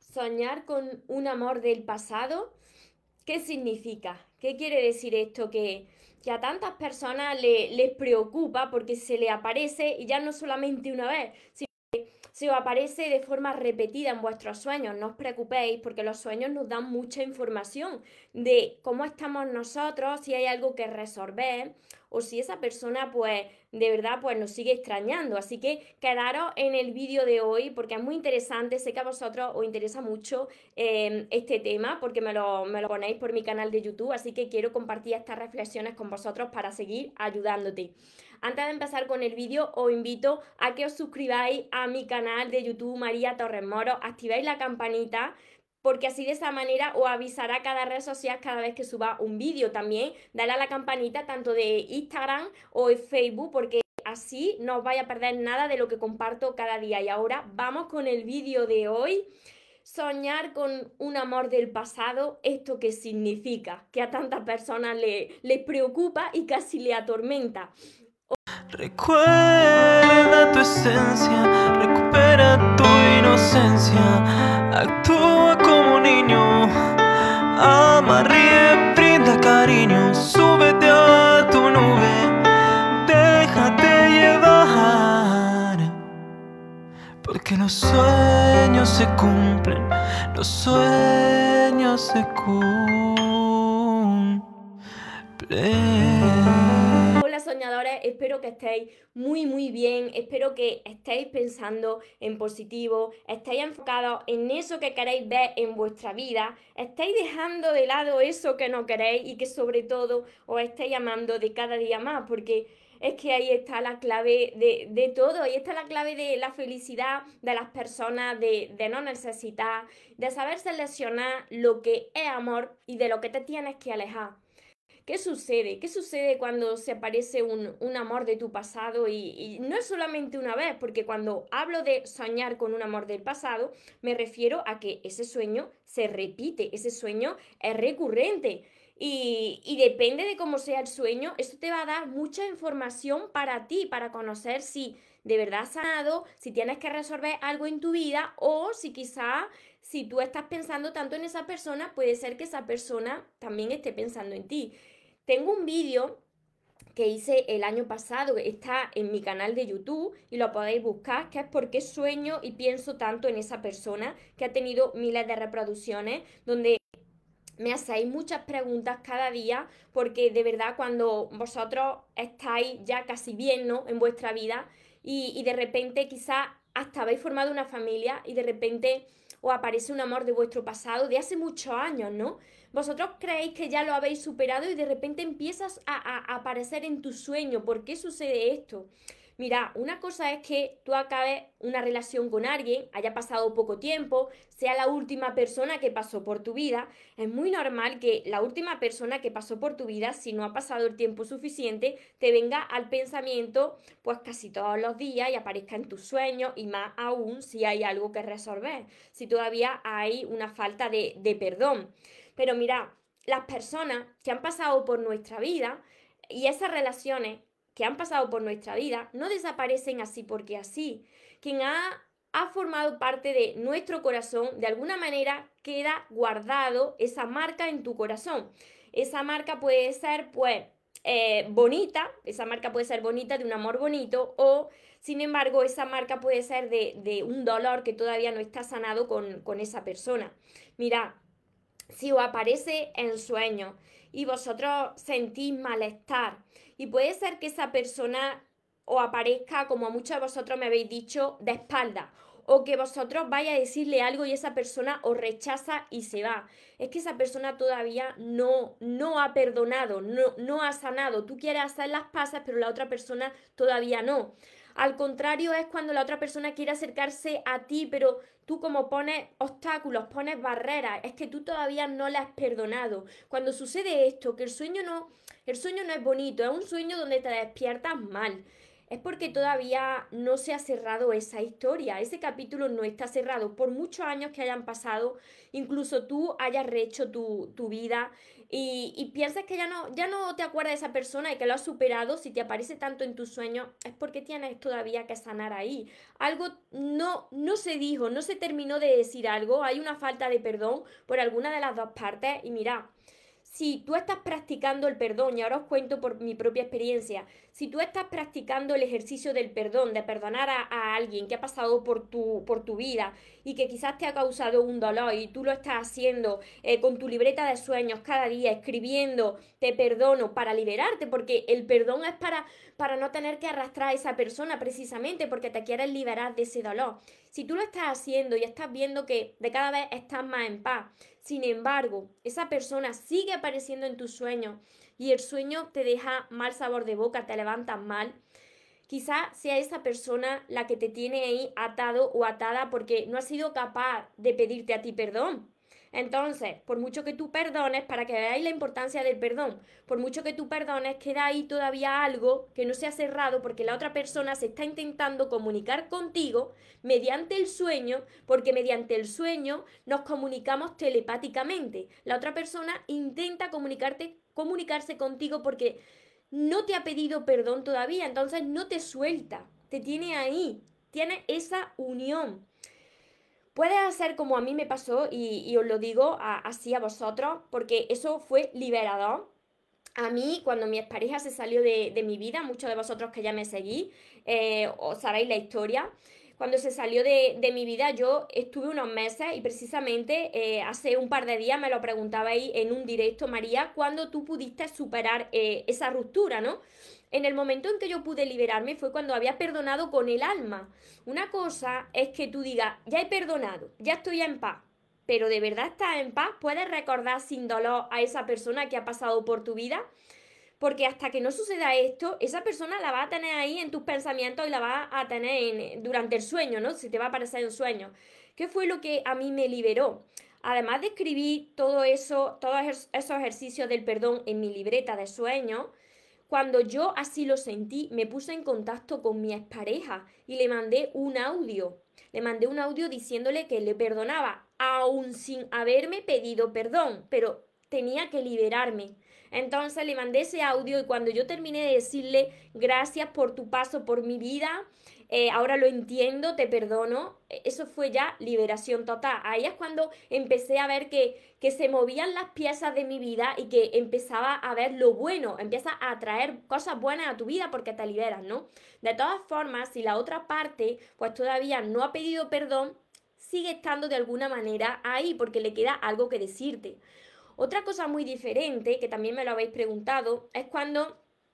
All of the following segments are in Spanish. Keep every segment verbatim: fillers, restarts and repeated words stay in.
Soñar con un amor del pasado, ¿qué significa? ¿Qué quiere decir esto? Que, que a tantas personas le- les preocupa porque se le aparece y ya no solamente una vez, si os aparece de forma repetida en vuestros sueños, no os preocupéis porque los sueños nos dan mucha información de cómo estamos nosotros, si hay algo que resolver o si esa persona pues de verdad pues nos sigue extrañando. Así que quedaros en el vídeo de hoy porque es muy interesante, sé que a vosotros os interesa mucho eh, este tema porque me lo, me lo ponéis por mi canal de YouTube, así que quiero compartir estas reflexiones con vosotros para seguir ayudándote. Antes de empezar con el vídeo, os invito a que os suscribáis a mi canal de YouTube María Torres Moro, activéis la campanita porque así de esa manera os avisará cada red social cada vez que suba un vídeo. También dale a la campanita tanto de Instagram o de Facebook porque así no os vais a perder nada de lo que comparto cada día. Y ahora vamos con el vídeo de hoy. Soñar con un amor del pasado, ¿esto qué significa? Que a tantas personas le, les preocupa y casi le atormenta. Recuerda tu esencia, recupera tu inocencia, actúa como un niño, ama, ríe, brinda cariño, súbete a tu nube, déjate llevar, porque los sueños se cumplen, los sueños se cumplen. Hola soñadores, espero que estéis muy muy bien, espero que estéis pensando en positivo, estéis enfocados en eso que queréis ver en vuestra vida, estéis dejando de lado eso que no queréis y que sobre todo os estéis amando de cada día más, porque es que ahí está la clave de, de todo, ahí está la clave de la felicidad de las personas, de, de no necesitar, de saber seleccionar lo que es amor y de lo que te tienes que alejar. ¿Qué sucede? ¿Qué sucede cuando se aparece un, un amor de tu pasado? Y, y no es solamente una vez, porque cuando hablo de soñar con un amor del pasado, me refiero a que ese sueño se repite, ese sueño es recurrente. Y, y depende de cómo sea el sueño, esto te va a dar mucha información para ti, para conocer si de verdad has sanado, si tienes que resolver algo en tu vida o si quizá si tú estás pensando tanto en esa persona, puede ser que esa persona también esté pensando en ti. Tengo un vídeo que hice el año pasado, que está en mi canal de YouTube y lo podéis buscar, que es por qué sueño y pienso tanto en esa persona, que ha tenido miles de reproducciones, donde me hacéis muchas preguntas cada día, porque de verdad cuando vosotros estáis ya casi bien, ¿no?, en vuestra vida y, y de repente quizás hasta habéis formado una familia y de repente os aparece un amor de vuestro pasado de hace muchos años, ¿no? Vosotros creéis que ya lo habéis superado y de repente empiezas a, a, a aparecer en tu sueño. ¿Por qué sucede esto? Mira, una cosa es que tú acabes una relación con alguien, haya pasado poco tiempo, sea la última persona que pasó por tu vida. Es muy normal que la última persona que pasó por tu vida, si no ha pasado el tiempo suficiente, te venga al pensamiento pues casi todos los días y aparezca en tus sueños y más aún si hay algo que resolver, si todavía hay una falta de, de perdón. Pero mira, las personas que han pasado por nuestra vida y esas relaciones que han pasado por nuestra vida no desaparecen así porque así. Quien ha, ha formado parte de nuestro corazón, de alguna manera queda guardado esa marca en tu corazón. Esa marca puede ser, pues, eh, bonita, esa marca puede ser bonita, de un amor bonito, o sin embargo, esa marca puede ser de, de un dolor que todavía no está sanado con, con esa persona. Mira, si os aparece en sueños y vosotros sentís malestar y puede ser que esa persona os aparezca, como muchos de vosotros me habéis dicho, de espalda o que vosotros vaya a decirle algo y esa persona os rechaza y se va. Es que esa persona todavía no, no ha perdonado, no, no ha sanado. Tú quieres hacer las pasas, pero la otra persona todavía no. Al contrario es cuando la otra persona quiere acercarse a ti, pero tú como pones obstáculos, pones barreras, es que tú todavía no le has perdonado. Cuando sucede esto, que el sueño no, el sueño no es bonito, es un sueño donde te despiertas mal. es porque todavía no se ha cerrado esa historia. Ese capítulo no está cerrado. Por muchos años que hayan pasado, incluso tú hayas rehecho tu, tu vida y, y piensas que ya no, ya no te acuerdas de esa persona y que lo has superado, si te aparece tanto en tus sueños, es porque tienes todavía que sanar ahí. Algo no, no se dijo, no se terminó de decir algo, hay una falta de perdón por alguna de las dos partes y mira. Si tú estás practicando el perdón, y ahora os cuento por mi propia experiencia, si tú estás practicando el ejercicio del perdón, de perdonar a, a alguien que ha pasado por tu, por tu vida y que quizás te ha causado un dolor y tú lo estás haciendo eh, con tu libreta de sueños cada día, escribiendo te perdono para liberarte, porque el perdón es para, para no tener que arrastrar a esa persona precisamente porque te quieres liberar de ese dolor. Si tú lo estás haciendo y estás viendo que de cada vez estás más en paz, sin embargo, esa persona sigue apareciendo en tus sueños y el sueño te deja mal sabor de boca, te levantas mal, quizás sea esa persona la que te tiene ahí atado o atada porque no ha sido capaz de pedirte a ti perdón. Entonces, por mucho que tú perdones, para que veáis la importancia del perdón, por mucho que tú perdones, queda ahí todavía algo que no se ha cerrado porque la otra persona se está intentando comunicar contigo mediante el sueño, porque mediante el sueño nos comunicamos telepáticamente. La otra persona intenta comunicarte, comunicarse contigo porque no te ha pedido perdón todavía, entonces no te suelta, te tiene ahí, tiene esa unión. Puedes hacer como a mí me pasó y, y os lo digo a, así a vosotros, porque eso fue liberador. A mí, cuando mi expareja se salió de, de mi vida, muchos de vosotros que ya me seguís, eh, os sabéis la historia. Cuando se salió de, de mi vida, yo estuve unos meses y precisamente eh, hace un par de días me lo preguntabais en un directo, María, ¿cuándo tú pudiste superar eh, esa ruptura, no? En el momento en que yo pude liberarme fue cuando había perdonado con el alma. Una cosa es que tú digas, ya he perdonado, ya estoy en paz, pero de verdad estás en paz, puedes recordar sin dolor a esa persona que ha pasado por tu vida, porque hasta que no suceda esto, esa persona la va a tener ahí en tus pensamientos y la va a tener en, durante el sueño, ¿no? Se te va a aparecer en sueño. ¿Qué fue lo que a mí me liberó? Además de escribir todo eso, todos esos ejercicios del perdón en mi libreta de sueños, cuando yo así lo sentí, me puse en contacto con mi expareja y le mandé un audio. Le mandé un audio diciéndole que le perdonaba, aún sin haberme pedido perdón, pero tenía que liberarme. Entonces le mandé ese audio y cuando yo terminé de decirle gracias por tu paso por mi vida, eh, ahora lo entiendo, te perdono, eso fue ya liberación total. Ahí es cuando empecé a ver que, que se movían las piezas de mi vida y que empezaba a ver lo bueno, empieza a atraer cosas buenas a tu vida porque te liberas, ¿no? De todas formas, si la otra parte pues todavía no ha pedido perdón, sigue estando de alguna manera ahí porque le queda algo que decirte. Otra cosa muy diferente, que también me lo habéis preguntado, es cuando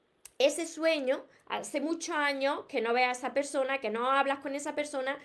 ese sueño, hace muchos años que no ves a esa persona, que no hablas con esa persona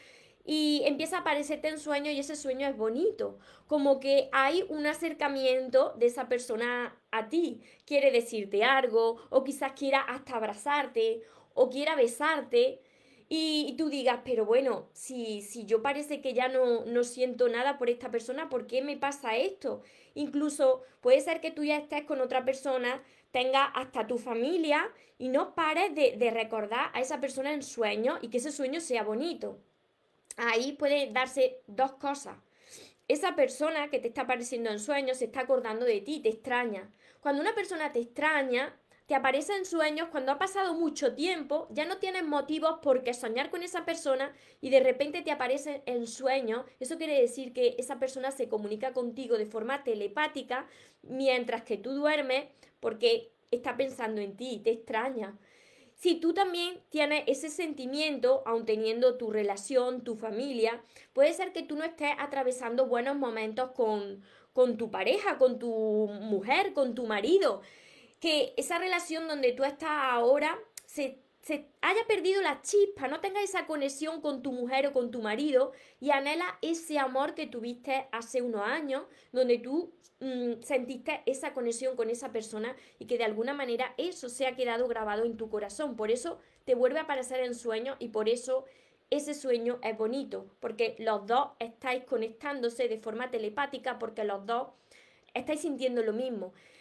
y empieza a aparecerte en sueño y ese sueño es bonito, como que hay un acercamiento de esa persona a ti, quiere decirte algo o quizás quiera hasta abrazarte o quiera besarte y, y tú digas, pero bueno, si, si yo parece que ya no, no siento nada por esta persona, ¿por qué me pasa esto? Incluso puede ser que tú ya estés con otra persona, tengas hasta tu familia y no pares de, de recordar a esa persona en sueños y que ese sueño sea bonito. Ahí puede darse dos cosas. Esa persona que te está apareciendo en sueños se está acordando de ti, te extraña. Cuando una persona te extraña, te aparece en sueños, cuando ha pasado mucho tiempo, ya no tienes motivos por qué soñar con esa persona y de repente te aparece en sueños. Eso quiere decir que esa persona se comunica contigo de forma telepática mientras que tú duermes porque está pensando en ti, te extraña. Si tú también tienes ese sentimiento, aun teniendo tu relación, tu familia, puede ser que tú no estés atravesando buenos momentos con, con tu pareja, con tu mujer, con tu marido, que esa relación donde tú estás ahora se, se haya perdido la chispa, no tengas esa conexión con tu mujer o con tu marido y anhela ese amor que tuviste hace unos años, donde tú mmm, sentiste esa conexión con esa persona y que de alguna manera eso se ha quedado grabado en tu corazón. Por eso te vuelve a aparecer en sueños y por eso ese sueño es bonito, porque los dos estáis conectándose de forma telepática, porque los dos estáis sintiendo lo mismo.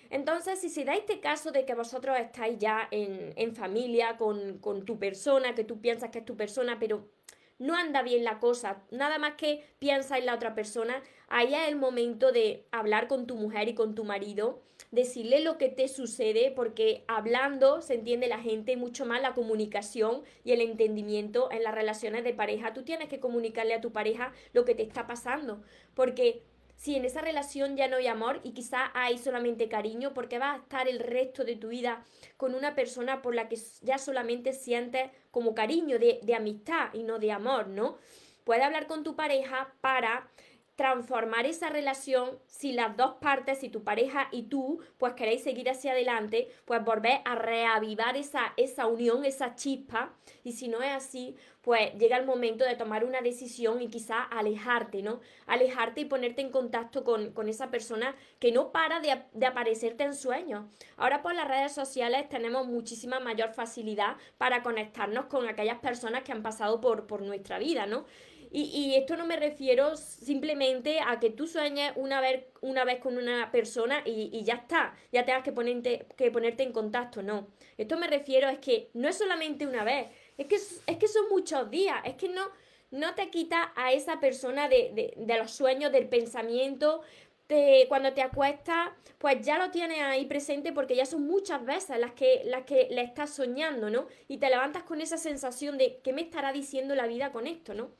Entonces, si se da este caso de que vosotros estáis ya en, en familia con, con tu persona, que tú piensas que es tu persona, pero no anda bien la cosa, nada más que piensa en la otra persona, ahí es el momento de hablar con tu mujer y con tu marido, decirle lo que te sucede, porque hablando se entiende la gente mucho más, la comunicación y el entendimiento en las relaciones de pareja. Tú tienes que comunicarle a tu pareja lo que te está pasando, porque si en esa relación ya no hay amor y quizá hay solamente cariño, porque vas a estar el resto de tu vida con una persona por la que ya solamente sientes como cariño, de, de amistad y no de amor, ¿no? Puedes hablar con tu pareja para transformar esa relación, si las dos partes, si tu pareja y tú, pues queréis seguir hacia adelante, pues volver a reavivar esa, esa unión, esa chispa, y si no es así, pues llega el momento de tomar una decisión y quizás alejarte, ¿no? Alejarte y ponerte en contacto con, con esa persona que no para de, de aparecerte en sueños. Ahora por las redes sociales tenemos muchísima mayor facilidad para conectarnos con aquellas personas que han pasado por, por nuestra vida, ¿no? Y, y esto no me refiero simplemente a que tú sueñes una vez, una vez con una persona y, y ya está, ya tengas que ponerte, que ponerte en contacto, no. Esto me refiero es que no es solamente una vez, es que, es que son muchos días, es que no, no te quita a esa persona de, de, de los sueños, del pensamiento. Te, cuando te acuestas, pues ya lo tienes ahí presente porque ya son muchas veces las que, las que le estás soñando, ¿no? Y te levantas con esa sensación de ¿qué me estará diciendo la vida con esto, ¿no?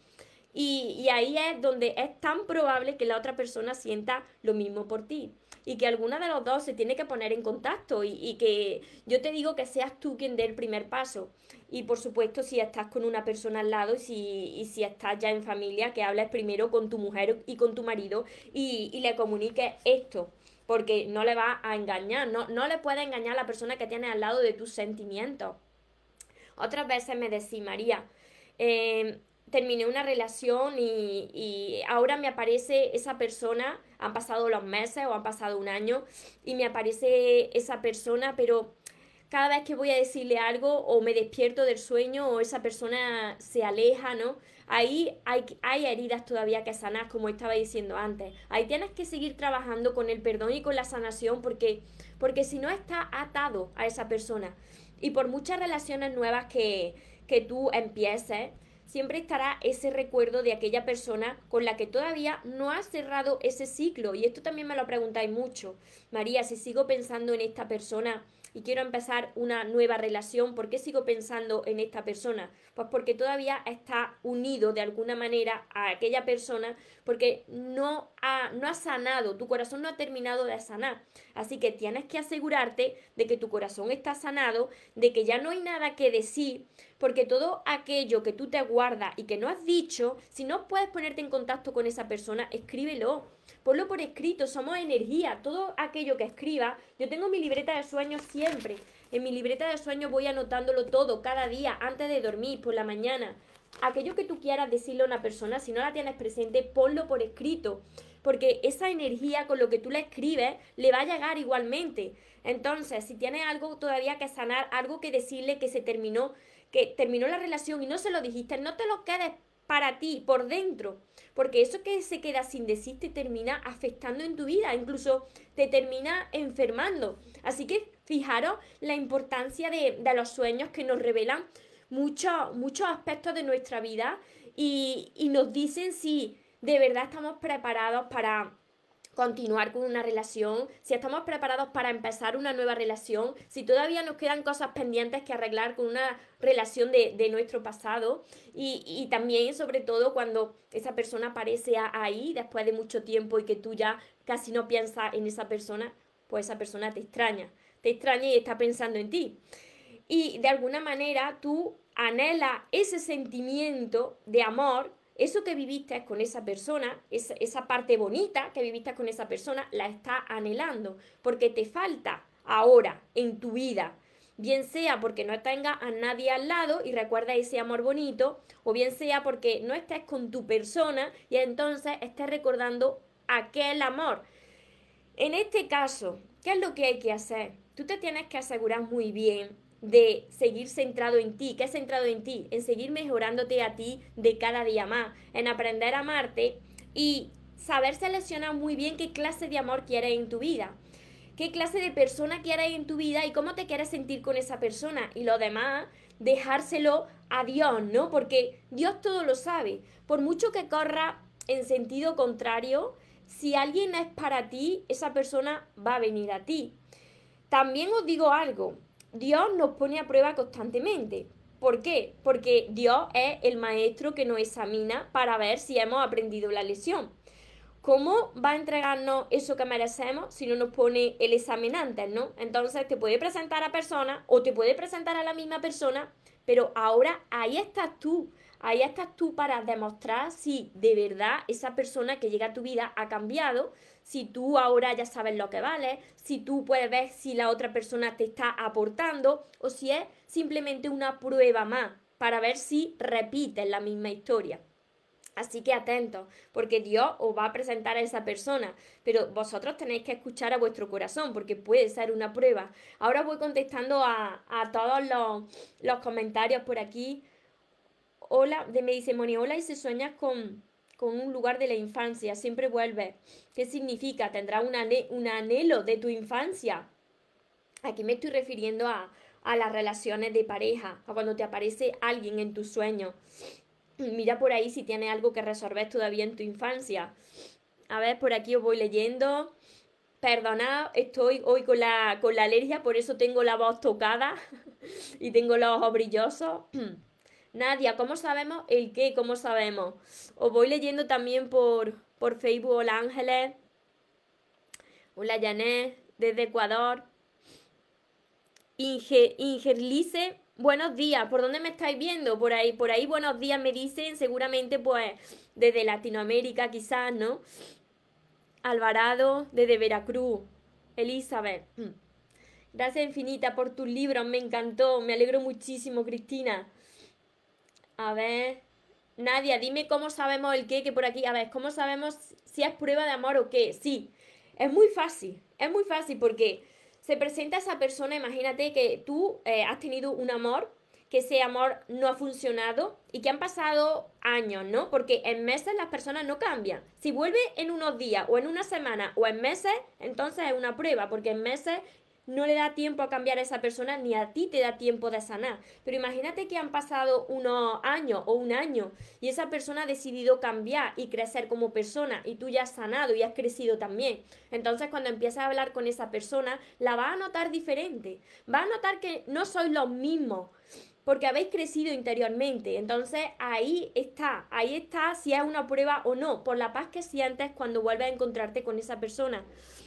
Y, y ahí es donde es tan probable que la otra persona sienta lo mismo por ti. Y que alguna de los dos se tiene que poner en contacto y, y que yo te digo que seas tú quien dé el primer paso. Y por supuesto, si estás con una persona al lado y si, y si estás ya en familia, que hables primero con tu mujer y con tu marido y, y le comuniques esto. Porque no le vas a engañar, no, no le puedes engañar a la persona que tienes al lado de tus sentimientos. Otras veces me decís, María, eh, terminé una relación y, y ahora me aparece esa persona, han pasado los meses o han pasado un año y me aparece esa persona, pero cada vez que voy a decirle algo o me despierto del sueño o esa persona se aleja, ¿no? Ahí hay, hay heridas todavía que sanar, como estaba diciendo antes. Ahí tienes que seguir trabajando con el perdón y con la sanación porque, porque si no estás atado a esa persona. Y por muchas relaciones nuevas que, que tú empieces, siempre estará ese recuerdo de aquella persona con la que todavía no has cerrado ese ciclo. Y esto también me lo preguntáis mucho. María, si sigo pensando en esta persona y quiero empezar una nueva relación, ¿por qué sigo pensando en esta persona? Pues porque todavía está unido de alguna manera a aquella persona, porque no ha, no ha sanado, tu corazón no ha terminado de sanar. Así que tienes que asegurarte de que tu corazón está sanado, de que ya no hay nada que decir, porque todo aquello que tú te guardas y que no has dicho, si no puedes ponerte en contacto con esa persona, escríbelo. Ponlo por escrito, somos energía, todo aquello que escriba. Yo tengo mi libreta de sueños siempre. En mi libreta de sueños voy anotándolo todo, cada día, antes de dormir, por la mañana. Aquello que tú quieras decirle a una persona, si no la tienes presente, ponlo por escrito. Porque esa energía con lo que tú le escribes, le va a llegar igualmente. Entonces, si tienes algo todavía que sanar, algo que decirle que se terminó, que terminó la relación y no se lo dijiste, no te lo quedes para ti, por dentro, porque eso que se queda sin decir te termina afectando en tu vida, incluso te termina enfermando. Así que fijaros la importancia de, de los sueños que nos revelan muchos muchos aspectos de nuestra vida y, y nos dicen si de verdad estamos preparados para continuar con una relación, si estamos preparados para empezar una nueva relación, si todavía nos quedan cosas pendientes que arreglar con una relación de, de nuestro pasado y, y también sobre todo cuando esa persona aparece ahí después de mucho tiempo y que tú ya casi no piensas en esa persona, pues esa persona te extraña, te extraña y está pensando en ti. Y de alguna manera tú anhelas ese sentimiento de amor. Eso que viviste con esa persona, esa, esa parte bonita que viviste con esa persona, la estás anhelando, porque te falta ahora en tu vida, bien sea porque no tengas a nadie al lado y recuerda ese amor bonito, o bien sea porque no estés con tu persona y entonces estés recordando aquel amor. En este caso, ¿qué es lo que hay que hacer? Tú te tienes que asegurar muy bien de seguir centrado en ti. ¿Qué es centrado en ti? En seguir mejorándote a ti de cada día más, en aprender a amarte y saber seleccionar muy bien qué clase de amor quieres en tu vida. qué clase de persona quieres en tu vida y cómo te quieres sentir con esa persona. Y lo demás, dejárselo a Dios, ¿no? Porque Dios todo lo sabe. Por mucho que corra en sentido contrario, si alguien es para ti, esa persona va a venir a ti. También os digo algo, Dios nos pone a prueba constantemente. ¿Por qué? Porque Dios es el maestro que nos examina para ver si hemos aprendido la lección. ¿Cómo va a entregarnos eso que merecemos si no nos pone el examen antes, ¿no? Entonces te puede presentar a personas o te puede presentar a la misma persona, pero ahora ahí estás tú, ahí estás tú para demostrar si de verdad esa persona que llega a tu vida ha cambiado, si tú ahora ya sabes lo que vale, si tú puedes ver si la otra persona te está aportando o si es simplemente una prueba más para ver si repites la misma historia. Así que atentos, porque Dios os va a presentar a esa persona, pero vosotros tenéis que escuchar a vuestro corazón, porque puede ser una prueba. Ahora voy contestando a, a todos los, los comentarios por aquí. Hola, de, me dice Moni, hola, y si sueñas con, con un lugar de la infancia, siempre vuelves. ¿Qué significa? ¿Tendrás un, ane, un anhelo de tu infancia? Aquí me estoy refiriendo a, a las relaciones de pareja, a cuando te aparece alguien en tus sueños. Mira por ahí si tienes algo que resolver todavía en tu infancia. A ver, por aquí os voy leyendo. Perdonad, estoy hoy con la, con la alergia, por eso tengo la voz tocada y tengo los ojos brillosos. Nadia, ¿cómo sabemos el qué? ¿Cómo sabemos? Os voy leyendo también por, por Facebook. Hola Ángeles. Hola Janet, desde Ecuador. Inge, Ingerlice. Buenos días, ¿por dónde me estáis viendo? Por ahí, por ahí buenos días me dicen, seguramente pues desde Latinoamérica quizás, ¿no? Alvarado, desde Veracruz. Elizabeth, gracias infinita por tus libros, me encantó, me alegro muchísimo, Cristina. A ver, Nadia, dime cómo sabemos el qué, que por aquí, a ver, ¿cómo sabemos si es prueba de amor o qué? Sí, es muy fácil, es muy fácil porque se presenta esa persona, imagínate que tú eh, has tenido un amor, que ese amor no ha funcionado y que han pasado años, ¿no? Porque en meses las personas no cambian. Si vuelve en unos días o en una semana o en meses, entonces es una prueba, porque en meses no le da tiempo a cambiar a esa persona ni a ti te da tiempo de sanar. Pero imagínate que han pasado unos años o un año y esa persona ha decidido cambiar y crecer como persona y tú ya has sanado y has crecido también. Entonces cuando empiezas a hablar con esa persona la vas a notar diferente. Vas a notar que no sois los mismos porque habéis crecido interiormente. Entonces ahí está, ahí está si es una prueba o no, por la paz que sientes cuando vuelves a encontrarte con esa persona.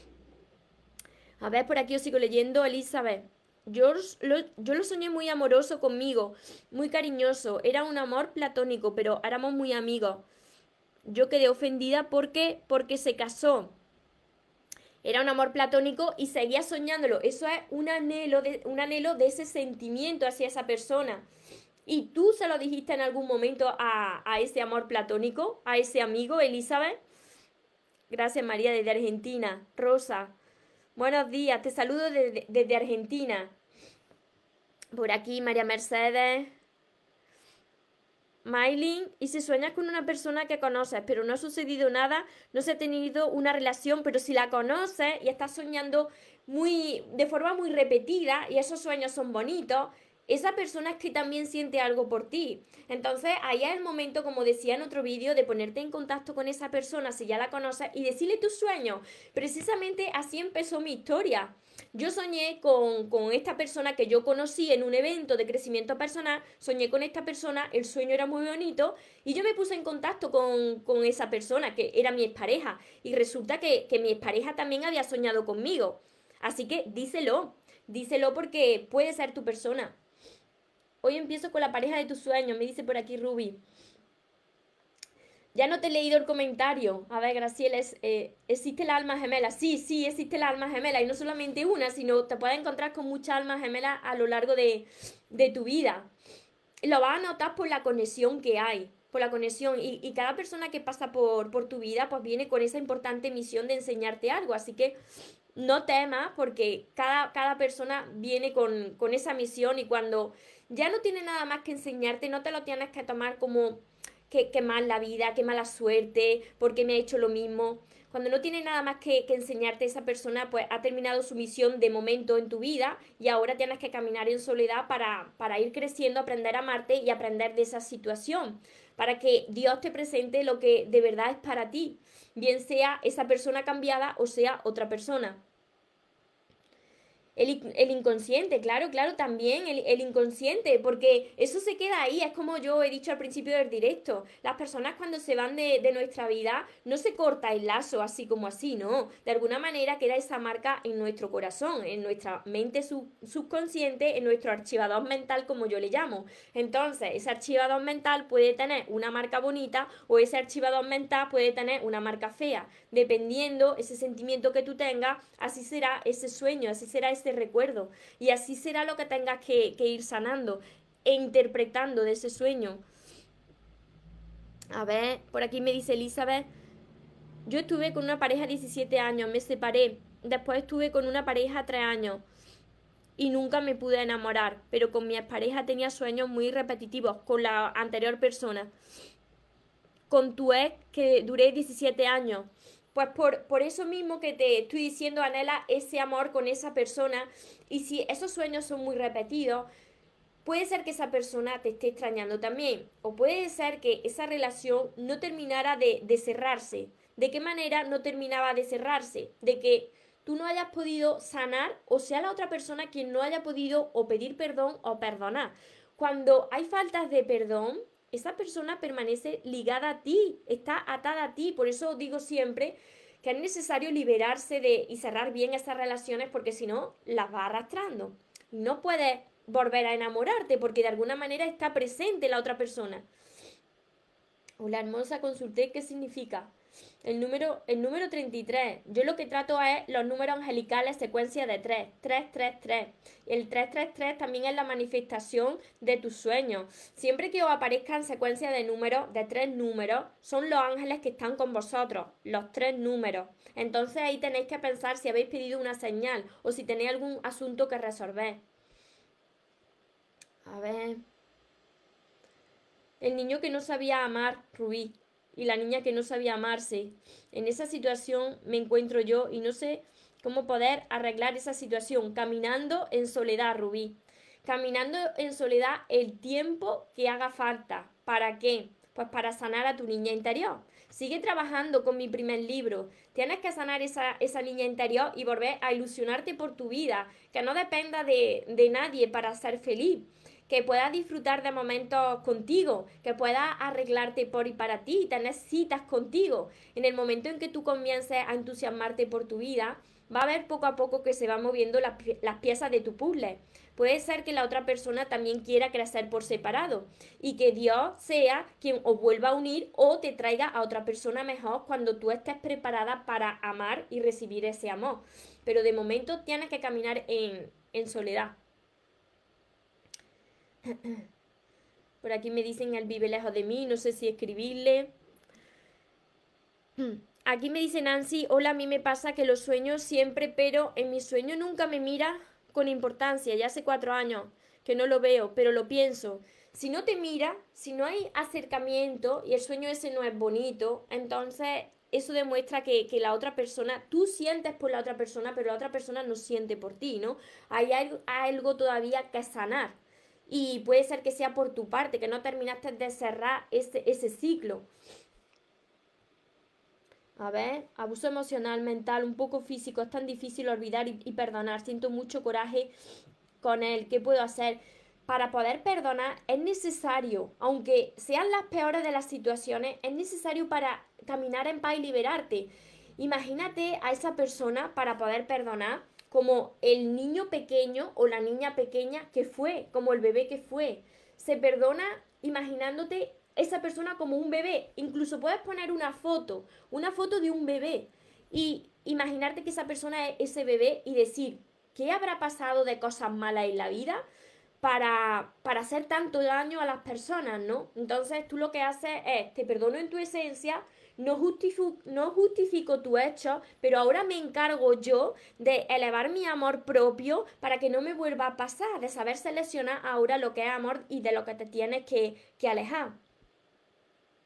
A ver, por aquí os sigo leyendo, Elizabeth. Yo lo, yo lo soñé muy amoroso conmigo, muy cariñoso. Era un amor platónico, pero éramos muy amigos. Yo quedé ofendida porque, porque se casó. Era un amor platónico y seguía soñándolo. Eso es un anhelo, de, un anhelo de ese sentimiento hacia esa persona. ¿Y tú se lo dijiste en algún momento a, a ese amor platónico, a ese amigo, Elizabeth? Gracias, María, desde Argentina. Rosa. Buenos días, te saludo desde, desde Argentina. Por aquí, María Mercedes. Maylin, y si sueñas con una persona que conoces, pero no ha sucedido nada, no se ha tenido una relación, pero si la conoces y estás soñando muy, de forma muy repetida y esos sueños son bonitos, esa persona es que también siente algo por ti. Entonces ahí es el momento, como decía en otro vídeo, de ponerte en contacto con esa persona si ya la conoces y decirle tus sueños. Precisamente así empezó mi historia. Yo soñé con, con esta persona que yo conocí en un evento de crecimiento personal, soñé con esta persona, el sueño era muy bonito y yo me puse en contacto con, con esa persona que era mi expareja y resulta que, que mi expareja también había soñado conmigo. Así que díselo, díselo porque puede ser tu persona. Hoy empiezo con la pareja de tus sueños, me dice por aquí Ruby. Ya no te he leído el comentario. A ver, Graciela, es, eh, ¿existe la alma gemela? Sí, sí, existe la alma gemela. Y no solamente una, sino te puedes encontrar con muchas almas gemelas a lo largo de, de tu vida. Lo vas a notar por la conexión que hay, por la conexión. Y, y cada persona que pasa por, por tu vida, pues viene con esa importante misión de enseñarte algo. Así que no temas porque cada, cada persona viene con, con esa misión y cuando ya no tiene nada más que enseñarte, no te lo tienes que tomar como qué, qué mal la vida, qué mala suerte, por qué me ha hecho lo mismo. Cuando no tiene nada más que, que enseñarte, esa persona pues ha terminado su misión de momento en tu vida y ahora tienes que caminar en soledad para, para ir creciendo, aprender a amarte y aprender de esa situación, para que Dios te presente lo que de verdad es para ti, bien sea esa persona cambiada o sea otra persona. El, el, inconsciente, claro, claro, también el, el, inconsciente, porque eso se queda ahí, es como yo he dicho al principio del directo, las personas cuando se van de, de nuestra vida no se corta el lazo así como así, no, de alguna manera queda esa marca en nuestro corazón, en nuestra mente sub, subconsciente, en nuestro archivador mental como yo le llamo. Entonces, ese archivador mental puede tener una marca bonita o ese archivador mental puede tener una marca fea, dependiendo ese sentimiento que tú tengas, así será ese sueño, así será ese recuerdo y así será lo que tengas que, que ir sanando e interpretando de ese sueño. A ver, por aquí me dice Elizabeth, yo estuve con una pareja diecisiete años, me separé, después estuve con una pareja tres años y nunca me pude enamorar, pero con mi expareja tenía sueños muy repetitivos con la anterior persona. Con tu ex que duré diecisiete años. Pues por, por eso mismo que te estoy diciendo, anhela ese amor con esa persona. Y si esos sueños son muy repetidos, puede ser que esa persona te esté extrañando también. O puede ser que esa relación no terminara de, de cerrarse. ¿De qué manera no terminaba de cerrarse? De que tú no hayas podido sanar o sea la otra persona quien no haya podido o pedir perdón o perdonar. Cuando hay faltas de perdón, esa persona permanece ligada a ti, está atada a ti. Por eso os digo siempre que es necesario liberarse de y cerrar bien esas relaciones porque si no, las va arrastrando. No puedes volver a enamorarte porque de alguna manera está presente la otra persona. Hola hermosa, consulté qué significa. El número, el número treinta y tres. Yo lo que trato es los números angelicales, secuencia de tres. tres, tres, tres. El tres, tres, tres también es la manifestación de tus sueños. Siempre que os aparezcan secuencia de números, de tres números, son los ángeles que están con vosotros. Los tres números. Entonces ahí tenéis que pensar si habéis pedido una señal o si tenéis algún asunto que resolver. A ver. El niño que no sabía amar, Rubí. Y la niña que no sabía amarse. En esa situación me encuentro yo y no sé cómo poder arreglar esa situación. Caminando en soledad, Rubí. Caminando en soledad el tiempo que haga falta. ¿Para qué? Pues para sanar a tu niña interior. Sigue trabajando con mi primer libro. Tienes que sanar esa, esa niña interior y volver a ilusionarte por tu vida. Que no dependa de, de nadie para ser feliz. Que puedas disfrutar de momentos contigo, que puedas arreglarte por y para ti, tener citas contigo. En el momento en que tú comiences a entusiasmarte por tu vida, va a ver poco a poco que se van moviendo las, las piezas de tu puzzle. Puede ser que la otra persona también quiera crecer por separado y que Dios sea quien os vuelva a unir o te traiga a otra persona mejor cuando tú estés preparada para amar y recibir ese amor. Pero de momento tienes que caminar en, en soledad. Por aquí me dicen él vive lejos de mí, no sé si escribirle. Aquí me dice Nancy, hola, a mí me pasa que los sueños siempre, pero en mi sueño nunca me mira con importancia, ya hace cuatro años que no lo veo, pero lo pienso. Si no te mira, si no hay acercamiento y el sueño ese no es bonito, entonces eso demuestra que, que la otra persona, tú sientes por la otra persona, pero la otra persona no siente por ti, ¿no? Hay algo, hay algo todavía que sanar. Y puede ser que sea por tu parte, que no terminaste de cerrar ese, ese ciclo. A ver, abuso emocional, mental, un poco físico, es tan difícil olvidar y, y perdonar. Siento mucho coraje con él. ¿Qué puedo hacer? Para poder perdonar es necesario, aunque sean las peores de las situaciones, es necesario para caminar en paz y liberarte. Imagínate a esa persona para poder perdonar como el niño pequeño o la niña pequeña que fue, como el bebé que fue. Se perdona imaginándote esa persona como un bebé. Incluso puedes poner una foto, una foto de un bebé y imaginarte que esa persona es ese bebé y decir, ¿qué habrá pasado de cosas malas en la vida para, para hacer tanto daño a las personas, ¿no? Entonces tú lo que haces es, te perdono en tu esencia, no justifico, no justifico tu hecho, pero ahora me encargo yo de elevar mi amor propio para que no me vuelva a pasar, de saber seleccionar ahora lo que es amor y de lo que te tienes que, que alejar.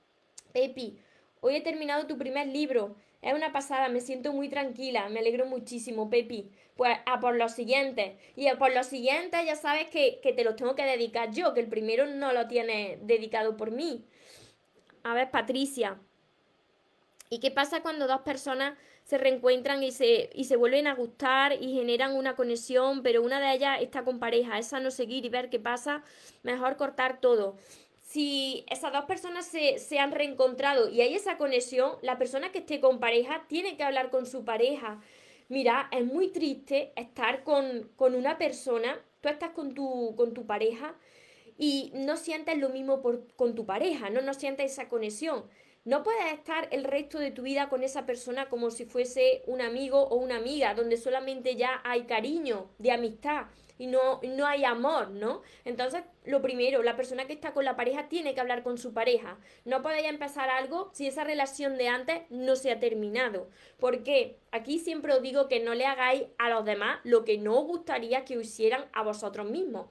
Pepi, hoy he terminado tu primer libro. Es una pasada, me siento muy tranquila, me alegro muchísimo, Pepi. Pues a por los siguientes. Y a por los siguientes ya sabes que, que te los tengo que dedicar yo, que el primero no lo tienes dedicado por mí. A ver, Patricia. ¿Y qué pasa cuando dos personas se reencuentran y se, y se vuelven a gustar y generan una conexión, pero una de ellas está con pareja? Es sano seguir y ver qué pasa, mejor cortar todo. Si esas dos personas se, se han reencontrado y hay esa conexión, la persona que esté con pareja tiene que hablar con su pareja. Mira, es muy triste estar con, con una persona, tú estás con tu, con tu pareja y no sientes lo mismo por, con tu pareja, ¿no? No sientes esa conexión. No puedes estar el resto de tu vida con esa persona como si fuese un amigo o una amiga, donde solamente ya hay cariño, de amistad y no, no hay amor, ¿no? Entonces, lo primero, la persona que está con la pareja tiene que hablar con su pareja. No podéis empezar algo si esa relación de antes no se ha terminado. ¿Por qué? Aquí siempre os digo que no le hagáis a los demás lo que no os gustaría que os hicieran a vosotros mismos.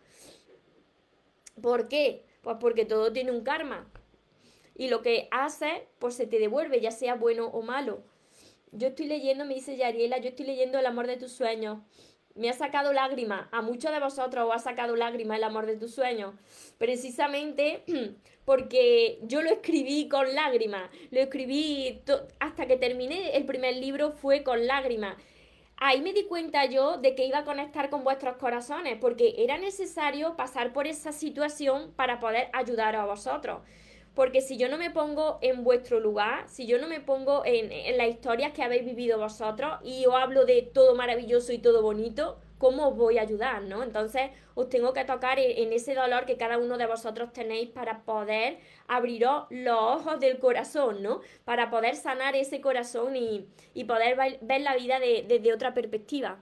¿Por qué? Pues porque todo tiene un karma. Y lo que haces, pues se te devuelve, ya sea bueno o malo. Yo estoy leyendo, me dice Yariela, yo estoy leyendo El amor de tus sueños. Me ha sacado lágrimas. A muchos de vosotros os ha sacado lágrimas El amor de tus sueños. Precisamente porque yo lo escribí con lágrimas. Lo escribí hasta que terminé el primer libro fue con lágrimas. Ahí me di cuenta yo de que iba a conectar con vuestros corazones, porque era necesario pasar por esa situación para poder ayudar a vosotros. Porque si yo no me pongo en vuestro lugar, si yo no me pongo en, en las historias que habéis vivido vosotros y os hablo de todo maravilloso y todo bonito, ¿cómo os voy a ayudar, no? Entonces os tengo que tocar en, en ese dolor que cada uno de vosotros tenéis para poder abriros los ojos del corazón, ¿no? Para poder sanar ese corazón y, y poder ver la vida de, desde otra perspectiva.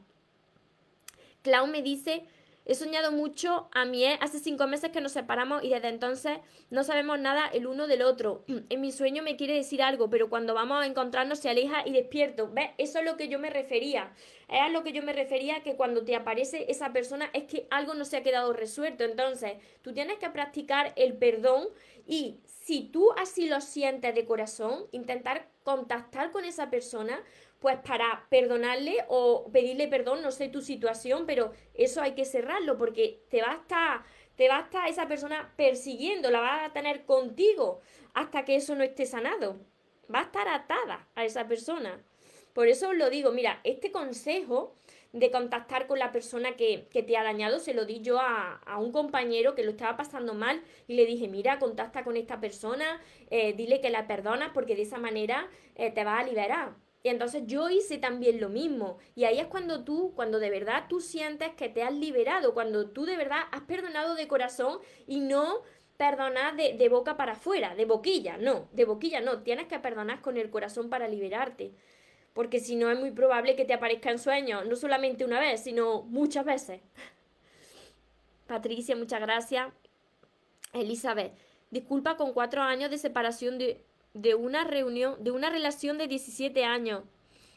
Clau me dice, he soñado mucho a mi ex hace cinco meses que nos separamos y desde entonces no sabemos nada el uno del otro. En mi sueño me quiere decir algo, pero cuando vamos a encontrarnos se aleja y despierto. ¿Ves? Eso es lo que yo me refería. Es a lo que yo me refería, que cuando te aparece esa persona es que algo no se ha quedado resuelto. Entonces, tú tienes que practicar el perdón y si tú así lo sientes de corazón, intentar contactar con esa persona pues para perdonarle o pedirle perdón, no sé tu situación, pero eso hay que cerrarlo porque te va a estar, te va a estar esa persona persiguiendo, la va a tener contigo hasta que eso no esté sanado. Va a estar atada a esa persona. Por eso os lo digo, mira, este consejo de contactar con la persona que, que te ha dañado, se lo di yo a, a, un compañero que lo estaba pasando mal y le dije, mira, contacta con esta persona, eh, dile que la perdonas porque de esa manera eh, te vas a liberar. Y entonces yo hice también lo mismo. Y ahí es cuando tú, cuando de verdad tú sientes que te has liberado, cuando tú de verdad has perdonado de corazón y no perdonar de, de boca para afuera, de boquilla, no, de boquilla no, tienes que perdonar con el corazón para liberarte. Porque si no es muy probable que te aparezca en sueños, no solamente una vez, sino muchas veces. Patricia, muchas gracias. Elizabeth, disculpa con cuatro años de separación de, de una reunión, de una relación de diecisiete años.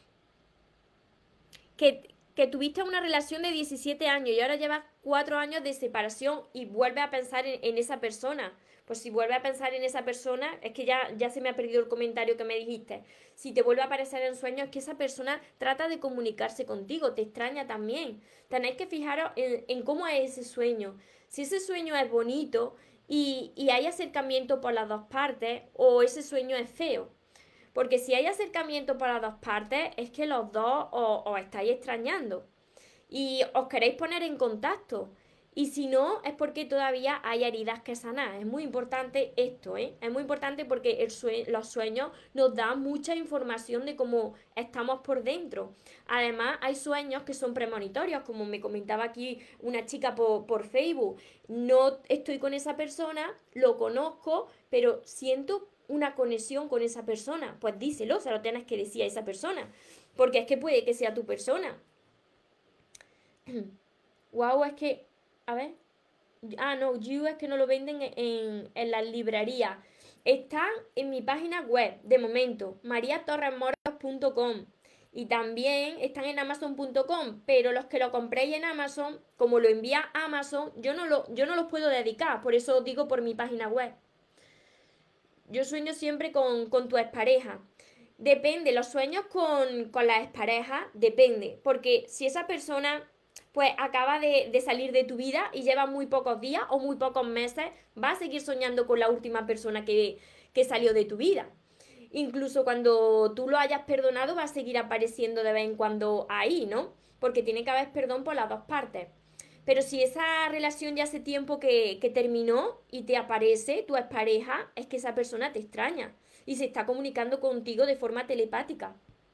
Que, que tuviste una relación de diecisiete años y ahora llevas cuatro años de separación y vuelves a pensar en, en esa persona. Pues si vuelve a pensar en esa persona, es que ya, ya se me ha perdido el comentario que me dijiste. Si te vuelve a aparecer en sueños, es que esa persona trata de comunicarse contigo, te extraña también. Tenéis que fijaros en, en cómo es ese sueño. Si ese sueño es bonito y, y hay acercamiento por las dos partes, o ese sueño es feo. Porque si hay acercamiento por las dos partes, es que los dos os, os estáis extrañando y os queréis poner en contacto. Y si no, es porque todavía hay heridas que sanar. Es muy importante esto, ¿eh? Es muy importante porque el sue los sueños nos dan mucha información de cómo estamos por dentro. Además, hay sueños que son premonitorios, como me comentaba aquí una chica por, por Facebook. No estoy con esa persona, lo conozco, pero siento una conexión con esa persona. Pues díselo, se lo tienes que decir a esa persona. Porque es que puede que sea tu persona. Wow, es que a ver. Ah, no, You es que no lo venden en, en las librerías. Está en mi página web, de momento, maria torres moros punto com. Y también están en amazon punto com. Pero los que lo compréis en Amazon, como lo envía Amazon, yo no, lo, yo no los puedo dedicar. Por eso os digo por mi página web. yo sueño siempre con, con tu expareja. Depende, los sueños con, con las exparejas, depende, porque si esa persona pues acaba de, de salir de tu vida y lleva muy pocos días o muy pocos meses, vas a seguir soñando con la última persona que, que salió de tu vida. Incluso cuando tú lo hayas perdonado, va a seguir apareciendo de vez en cuando ahí, ¿no? Porque tiene que haber perdón por las dos partes. Pero si esa relación ya hace tiempo que, que terminó y te aparece tu expareja, es que esa persona te extraña y se está comunicando contigo de forma telepática.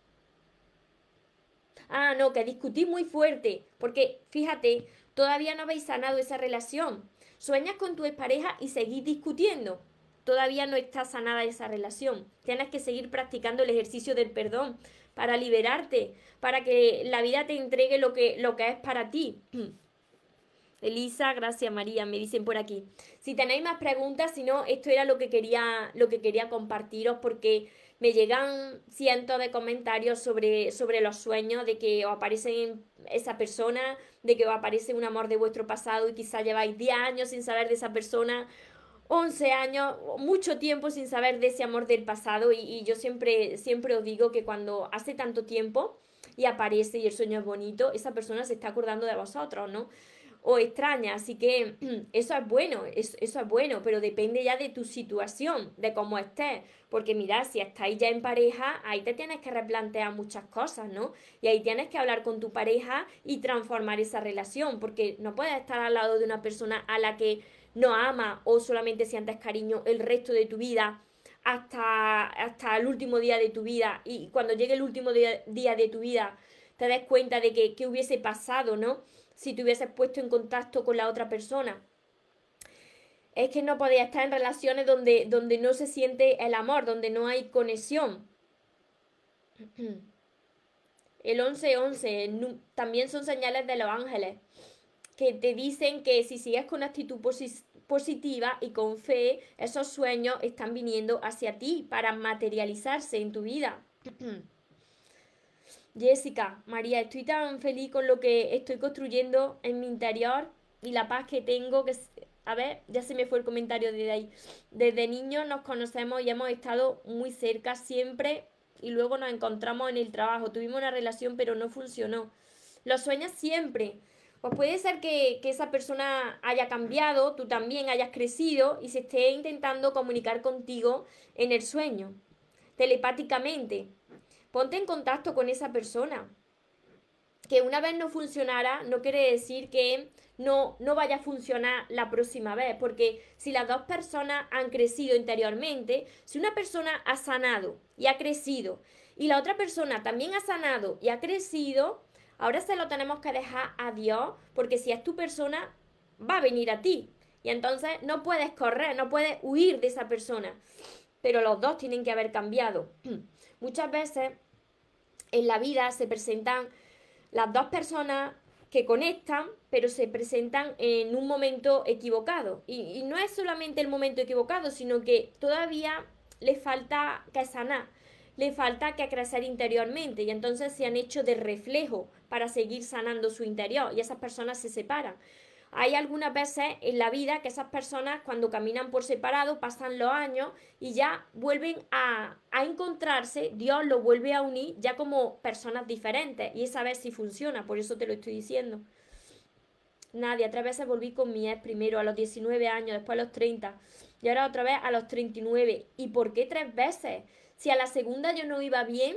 Ah, no, que discutís muy fuerte, porque fíjate, todavía no habéis sanado esa relación. Sueñas con tu expareja y seguís discutiendo. Todavía no está sanada esa relación. Tienes que seguir practicando el ejercicio del perdón para liberarte, para que la vida te entregue lo que, lo que es para ti. Elisa, gracias María, me dicen por aquí. Si tenéis más preguntas, si no, esto era lo que quería, lo que quería compartiros porque me llegan cientos de comentarios sobre, sobre los sueños, de que os aparece esa persona, de que os aparece un amor de vuestro pasado y quizá lleváis diez años sin saber de esa persona, once años, mucho tiempo sin saber de ese amor del pasado y, y yo siempre, siempre os digo que cuando hace tanto tiempo y aparece y el sueño es bonito, esa persona se está acordando de vosotros, ¿no? O extraña, así que eso es bueno, eso, eso es bueno, pero depende ya de tu situación, de cómo estés, porque mirad, si estáis ya en pareja, ahí te tienes que replantear muchas cosas, ¿no? Y ahí tienes que hablar con tu pareja y transformar esa relación, porque no puedes estar al lado de una persona a la que no amas o solamente sientes cariño el resto de tu vida hasta, hasta el último día de tu vida y cuando llegue el último día, día de tu vida te des cuenta de que, que hubiese pasado, ¿no? Si te hubieses puesto en contacto con la otra persona. Es que no podéis estar en relaciones donde, donde no se siente el amor, donde no hay conexión. El once once también son señales de los ángeles que te dicen que si sigues con actitud posi positiva y con fe, esos sueños están viniendo hacia ti para materializarse en tu vida. Jessica, María, estoy tan feliz con lo que estoy construyendo en mi interior y la paz que tengo, que, a ver, ya se me fue el comentario de ahí. Desde niños nos conocemos y hemos estado muy cerca siempre y luego nos encontramos en el trabajo. Tuvimos una relación pero no funcionó. Lo sueñas siempre. Pues puede ser que, que esa persona haya cambiado, tú también hayas crecido y se esté intentando comunicar contigo en el sueño, telepáticamente. Ponte en contacto con esa persona. Que una vez no funcionara no quiere decir que no, no vaya a funcionar la próxima vez, porque si las dos personas han crecido interiormente, si una persona ha sanado y ha crecido y la otra persona también ha sanado y ha crecido, ahora se lo tenemos que dejar a Dios, porque si es tu persona, va a venir a ti. Y entonces no puedes correr, no puedes huir de esa persona. Pero los dos tienen que haber cambiado. Muchas veces en la vida se presentan las dos personas que conectan, pero se presentan en un momento equivocado. Y, y no es solamente el momento equivocado, sino que todavía le falta que sanar, le falta que crecer interiormente y entonces se han hecho de reflejo para seguir sanando su interior y esas personas se separan. Hay algunas veces en la vida que esas personas cuando caminan por separado pasan los años y ya vuelven a, a encontrarse, Dios los vuelve a unir ya como personas diferentes y esa vez sí funciona, por eso te lo estoy diciendo. Nadia, tres veces volví con mi ex primero a los diecinueve años, después a los treinta y ahora otra vez a los treinta y nueve. ¿Y por qué tres veces? Si a la segunda yo no iba bien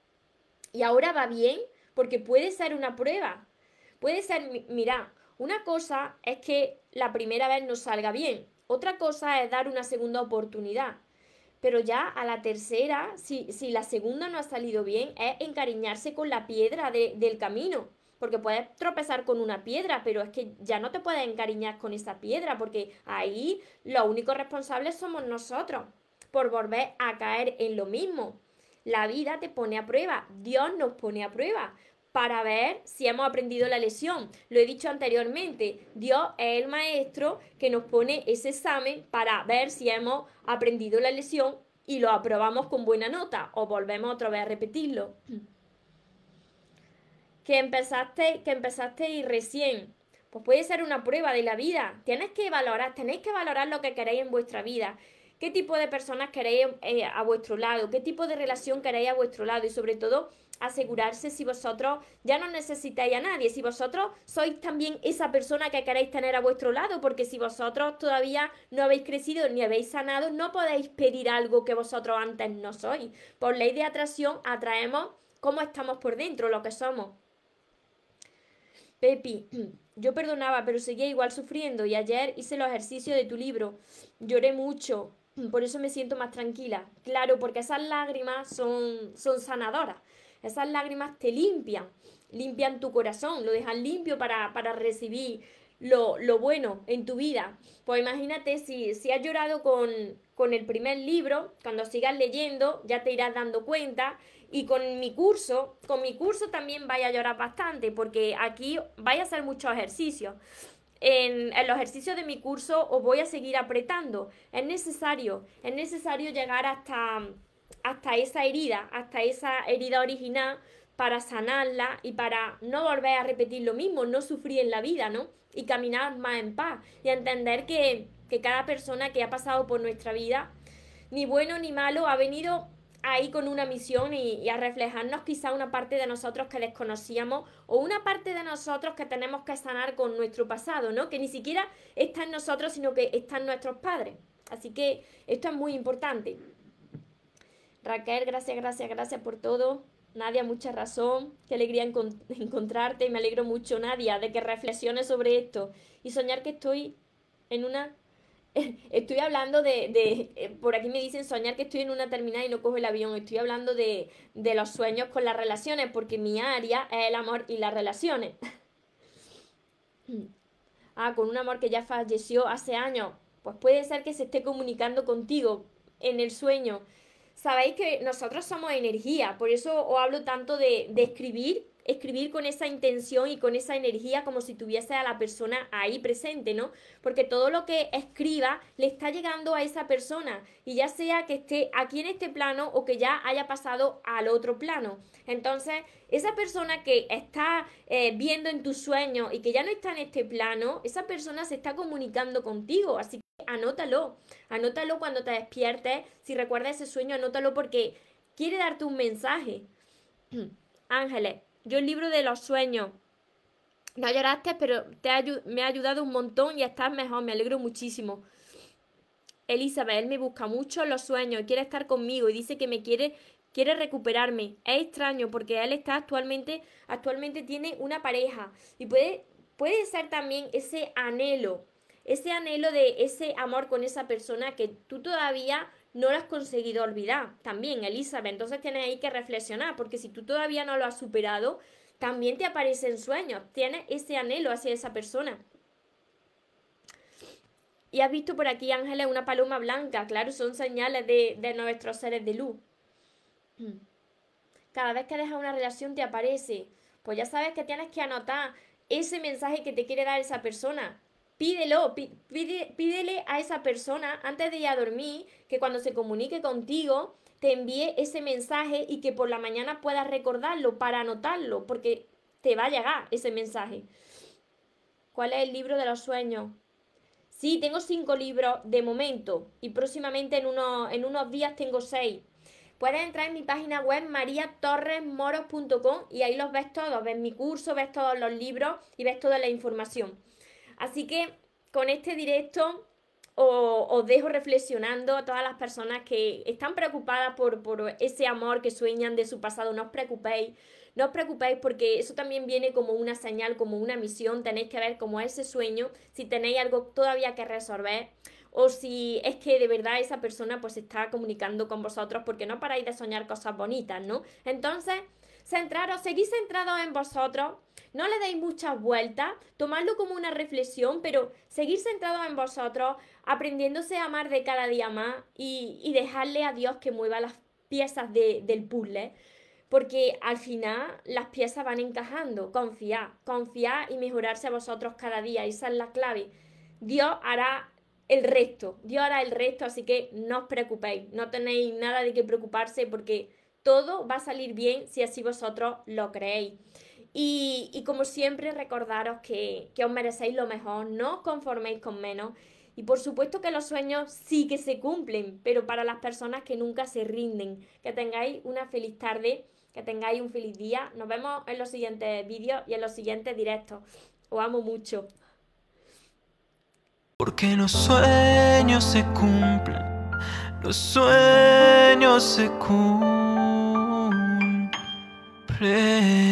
y ahora va bien, porque puede ser una prueba. Puede ser, mira, una cosa es que la primera vez no salga bien, otra cosa es dar una segunda oportunidad. Pero ya a la tercera, si, si la segunda no ha salido bien, es encariñarse con la piedra de, del camino. Porque puedes tropezar con una piedra, pero es que ya no te puedes encariñar con esa piedra, porque ahí los únicos responsables somos nosotros, por volver a caer en lo mismo. La vida te pone a prueba, Dios nos pone a prueba, para ver si hemos aprendido la lección. Lo he dicho anteriormente, Dios es el maestro que nos pone ese examen para ver si hemos aprendido la lección y lo aprobamos con buena nota o volvemos otra vez a repetirlo. Que empezaste, que empezaste y recién, pues puede ser una prueba de la vida. Tienes que valorar, tenéis que valorar lo que queréis en vuestra vida. qué tipo de personas queréis eh, a vuestro lado, qué tipo de relación queréis a vuestro lado y sobre todo asegurarse si vosotros ya no necesitáis a nadie, si vosotros sois también esa persona que queréis tener a vuestro lado, porque si vosotros todavía no habéis crecido ni habéis sanado, no podéis pedir algo que vosotros antes no sois. Por ley de atracción atraemos cómo estamos por dentro, lo que somos. Pepi, yo perdonaba, pero seguía igual sufriendo y ayer hice los ejercicios de tu libro. Lloré mucho, por eso me siento más tranquila. Claro, porque esas lágrimas son, son sanadoras. Esas lágrimas te limpian, limpian tu corazón, lo dejan limpio para, para recibir lo, lo bueno en tu vida. Pues imagínate si, si has llorado con, con el primer libro, cuando sigas leyendo ya te irás dando cuenta. Y con mi curso, con mi curso también vaya a llorar bastante, porque aquí vaya a hacer muchos ejercicios. En, en los ejercicios de mi curso os voy a seguir apretando. Es necesario, es necesario llegar hasta, hasta esa herida, hasta esa herida original para sanarla y para no volver a repetir lo mismo, no sufrir en la vida, ¿no? Y caminar más en paz y entender que, que cada persona que ha pasado por nuestra vida, ni bueno ni malo, ha venido ahí con una misión y, y a reflejarnos quizá una parte de nosotros que desconocíamos o una parte de nosotros que tenemos que sanar con nuestro pasado, ¿no? Que ni siquiera está en nosotros, sino que está en nuestros padres. Así que esto es muy importante. Raquel, gracias, gracias, gracias por todo. Nadia, mucha razón. Qué alegría encont- encontrarte. Me alegro mucho, Nadia, de que reflexiones sobre esto y soñar que estoy en una... Estoy hablando de, de eh, por aquí me dicen soñar que estoy en una terminal y no cojo el avión. Estoy hablando de, de los sueños con las relaciones, porque mi área es el amor y las relaciones. Ah, con un amor que ya falleció hace años. Pues puede ser que se esté comunicando contigo en el sueño. Sabéis que nosotros somos energía, por eso os hablo tanto de, de escribir, escribir con esa intención y con esa energía como si tuviese a la persona ahí presente, ¿no? Porque todo lo que escriba le está llegando a esa persona y ya sea que esté aquí en este plano o que ya haya pasado al otro plano. Entonces, esa persona que está eh, viendo en tus sueños y que ya no está en este plano, esa persona se está comunicando contigo, así que anótalo, anótalo cuando te despiertes, si recuerdas ese sueño, anótalo porque quiere darte un mensaje. Ángeles, yo el libro de los sueños, no lloraste, pero te ha, me ha ayudado un montón y estás mejor, me alegro muchísimo. Elizabeth, él me busca mucho en los sueños, quiere estar conmigo y dice que me quiere, quiere recuperarme. Es extraño porque él está actualmente, actualmente tiene una pareja y puede, puede ser también ese anhelo, ese anhelo de ese amor con esa persona que tú todavía no lo has conseguido olvidar. También, Elizabeth, entonces tienes ahí que reflexionar, porque si tú todavía no lo has superado, también te aparecen sueños, tienes ese anhelo hacia esa persona. Y has visto por aquí, Ángeles, una paloma blanca. Claro, son señales de, de nuestros seres de luz. Cada vez que dejas una relación te aparece. Pues ya sabes que tienes que anotar ese mensaje que te quiere dar esa persona. Pídelo, pide, pídele a esa persona antes de ir a dormir que cuando se comunique contigo te envíe ese mensaje y que por la mañana puedas recordarlo para anotarlo, porque te va a llegar ese mensaje. ¿Cuál es el libro de los sueños? Sí, tengo cinco libros de momento y próximamente en unos, en unos días tengo seis. Puedes entrar en mi página web maria torres moros punto com y ahí los ves todos, ves mi curso, ves todos los libros y ves toda la información. Así que con este directo os, os dejo reflexionando a todas las personas que están preocupadas por, por ese amor que sueñan de su pasado. No os preocupéis, no os preocupéis porque eso también viene como una señal, como una misión. Tenéis que ver como ese sueño, si tenéis algo todavía que resolver o si es que de verdad esa persona pues está comunicando con vosotros porque no paráis de soñar cosas bonitas, ¿no? Entonces, centraros, seguís centrados en vosotros, no le deis muchas vueltas, tomadlo como una reflexión, pero seguir centrados en vosotros, aprendiéndose a amar de cada día más y, y dejarle a Dios que mueva las piezas de, del puzzle, porque al final las piezas van encajando. Confiad, confiad y mejorarse a vosotros cada día, esa es la clave. Dios hará el resto, Dios hará el resto, así que no os preocupéis, no tenéis nada de qué preocuparse porque todo va a salir bien si así vosotros lo creéis. Y, y como siempre recordaros que, que os merecéis lo mejor, no os conforméis con menos Y por supuesto que los sueños sí que se cumplen, pero para las personas que nunca se rinden. Que tengáis una feliz tarde, que tengáis un feliz día. Nos vemos en los siguientes vídeos y en los siguientes directos. Os amo mucho. Porque los sueños se cumplen, los sueños se cumplen.